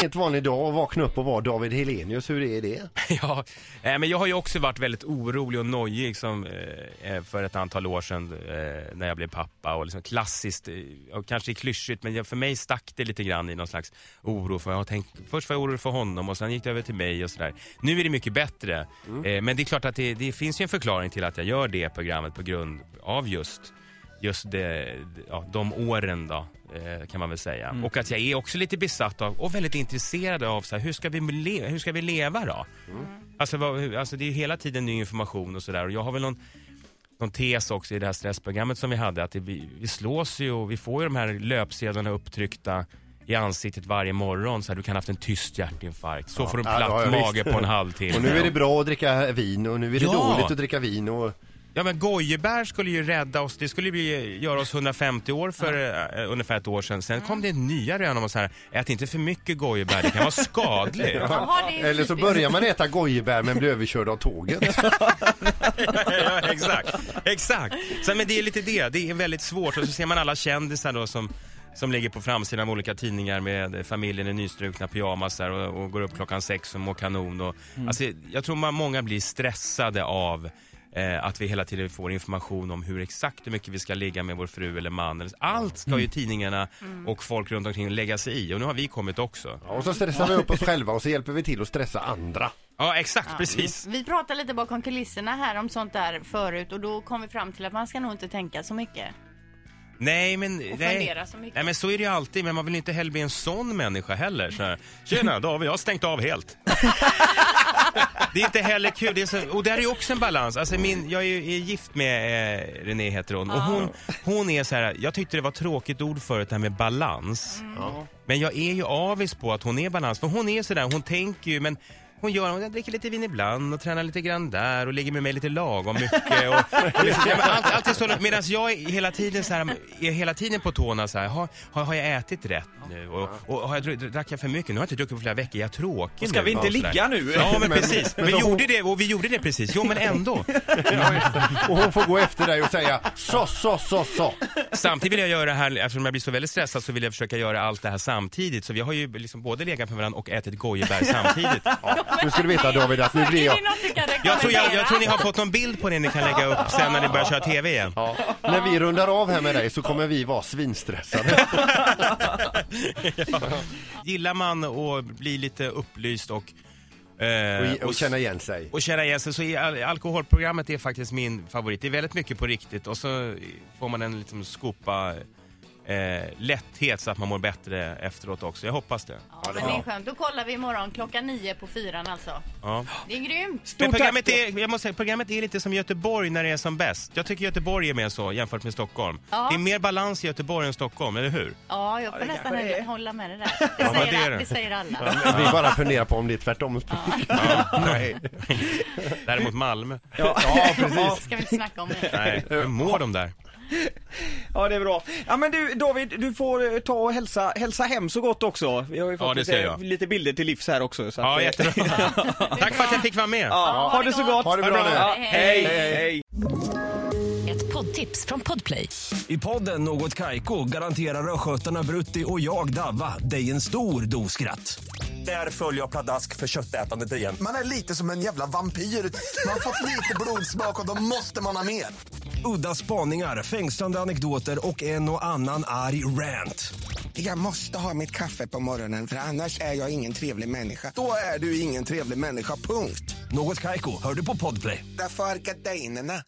helt vanlig dag och vakna upp och vara David Helenius. Hur är det? Ja, men jag har ju också varit väldigt orolig och nojig för ett antal år sedan när jag blev pappa. Och liksom klassiskt, och kanske klyschigt, men för mig stack det lite grann i någon slags oro. För jag har tänkt, först var jag orolig för honom och sen gick det över till mig och sådär. Nu är det mycket bättre. Men det är klart att det finns ju en förklaring till att jag gör det programmet på grund av just de åren då, kan man väl säga. Och att jag är också lite besatt av och väldigt intresserad av så här, hur ska vi leva då? Alltså det är ju hela tiden ny information och sådär. Och jag har väl någon tes också i det här stressprogrammet som vi hade, att vi slås ju och vi får ju de här löpsedlarna upptryckta i ansiktet varje morgon, så här, du kan ha haft en tyst hjärtinfarkt. Så får du en platt mage på en halvtimme. Och nu är det bra att dricka vin och nu är det dåligt att dricka vin och... Ja, men gojebär skulle ju rädda oss. Det skulle göra oss 150 år för ungefär ett år sedan. Sen kom det nya rön om att säga, ät inte för mycket gojebär, det kan vara skadligt. Eller så börjar man äta gojebär men blir överkörd av tåget. Ja, exakt. Så, men det är lite det är väldigt svårt. Och så ser man alla kändisar då som ligger på framsidan av olika tidningar med familjen i nystrukna pyjamasar och går upp klockan 6 och mår kanon. Och, alltså, jag tror många blir stressade av att vi hela tiden får information om hur mycket vi ska ligga med vår fru eller man. Allt ska ju tidningarna och folk runt omkring lägga sig i. Och nu har vi kommit också. Ja, och så stressar vi upp oss själva och så hjälper vi till att stressa andra. Ja, exakt, precis. Vi pratade lite bakom kulisserna här om sånt där förut. Och då kom vi fram till att man ska nog inte tänka så mycket. Nej, men så är det ju alltid. Men man vill inte heller bli en sån människa heller. Så här, tjena David, jag har stängt av helt. Det är inte heller kul. Och där är ju också en balans. Alltså jag är gift med René heter hon. Och hon är så här, jag tyckte det var tråkigt ord förut det här med balans. Men jag är ju avis på att hon är balans. För hon är så där, hon tänker ju, men hon dricker lite vin ibland och tränar lite grann där och ligger med mig lite lagom mycket och allt är så, medan jag är hela tiden på tårna så här, har jag ätit rätt nu och har jag drack jag för mycket? Nu har jag inte druckit på flera veckor, jag är tråkig. Ska vi inte ligga nu? Ja, men precis. Vi gjorde det precis. Jo, men ändå. Och hon får gå efter dig och säga så. Samtidigt vill jag göra det här, eftersom jag blir så väldigt stressad så vill jag försöka göra allt det här samtidigt. Så vi har ju liksom både legat med varandra och ätit gojebär samtidigt. Du skulle veta David att nu blir jag... Jag tror ni har fått någon bild på det ni kan lägga upp sen när ni börjar köra tv igen. Ja. När vi rundar av här med dig så kommer vi vara svinstressade. Gillar man att bli lite upplyst och känna igen sig. Och känna igen sig, så alkoholprogrammet är faktiskt min favorit. Det är väldigt mycket på riktigt och så får man en liksom skopa lätthet så att man mår bättre efteråt också. Jag hoppas det. Ja, men det är skönt. Då kollar vi imorgon klockan 9 på 4 alltså. Ja. Det är grymt. Men programmet är lite som Göteborg när det är som bäst. Jag tycker Göteborg är mer så jämfört med Stockholm. Ja. Det är mer balans i Göteborg än Stockholm, eller hur? Ja, jag får nästan hålla med det där. Det säger alla. Vi bara funderar på om det är tvärtom. Nej. Däremot Malmö. Ja, precis. Ska vi inte snacka om det? Nej, hur mår de där? Ja, det är bra. Ja, men du David, du får ta och hälsa hem så gott också. Vi har ju fått lite bilder till livs här också. Så ja, jättebra. Tack för att jag fick vara med. Ja, ha det så gott. Ha det bra nu. Ja, hej. Ett poddtips från Podplay. I podden Något Kaiko garanterar röskötarna Brutti och jag Davva dig en stor doskratt. Där följer jag pladask för köttätandet igen. Man är lite som en jävla vampyr. Man har fått lite blodsmak och då måste man ha mer. Udda spaningar, fängslande anekdoter och en och annan arg rant. Jag måste ha mitt kaffe på morgonen för annars är jag ingen trevlig människa. Då är du ingen trevlig människa, punkt. Något Kaiko, hör du på Podplay. Därför är gardinerna.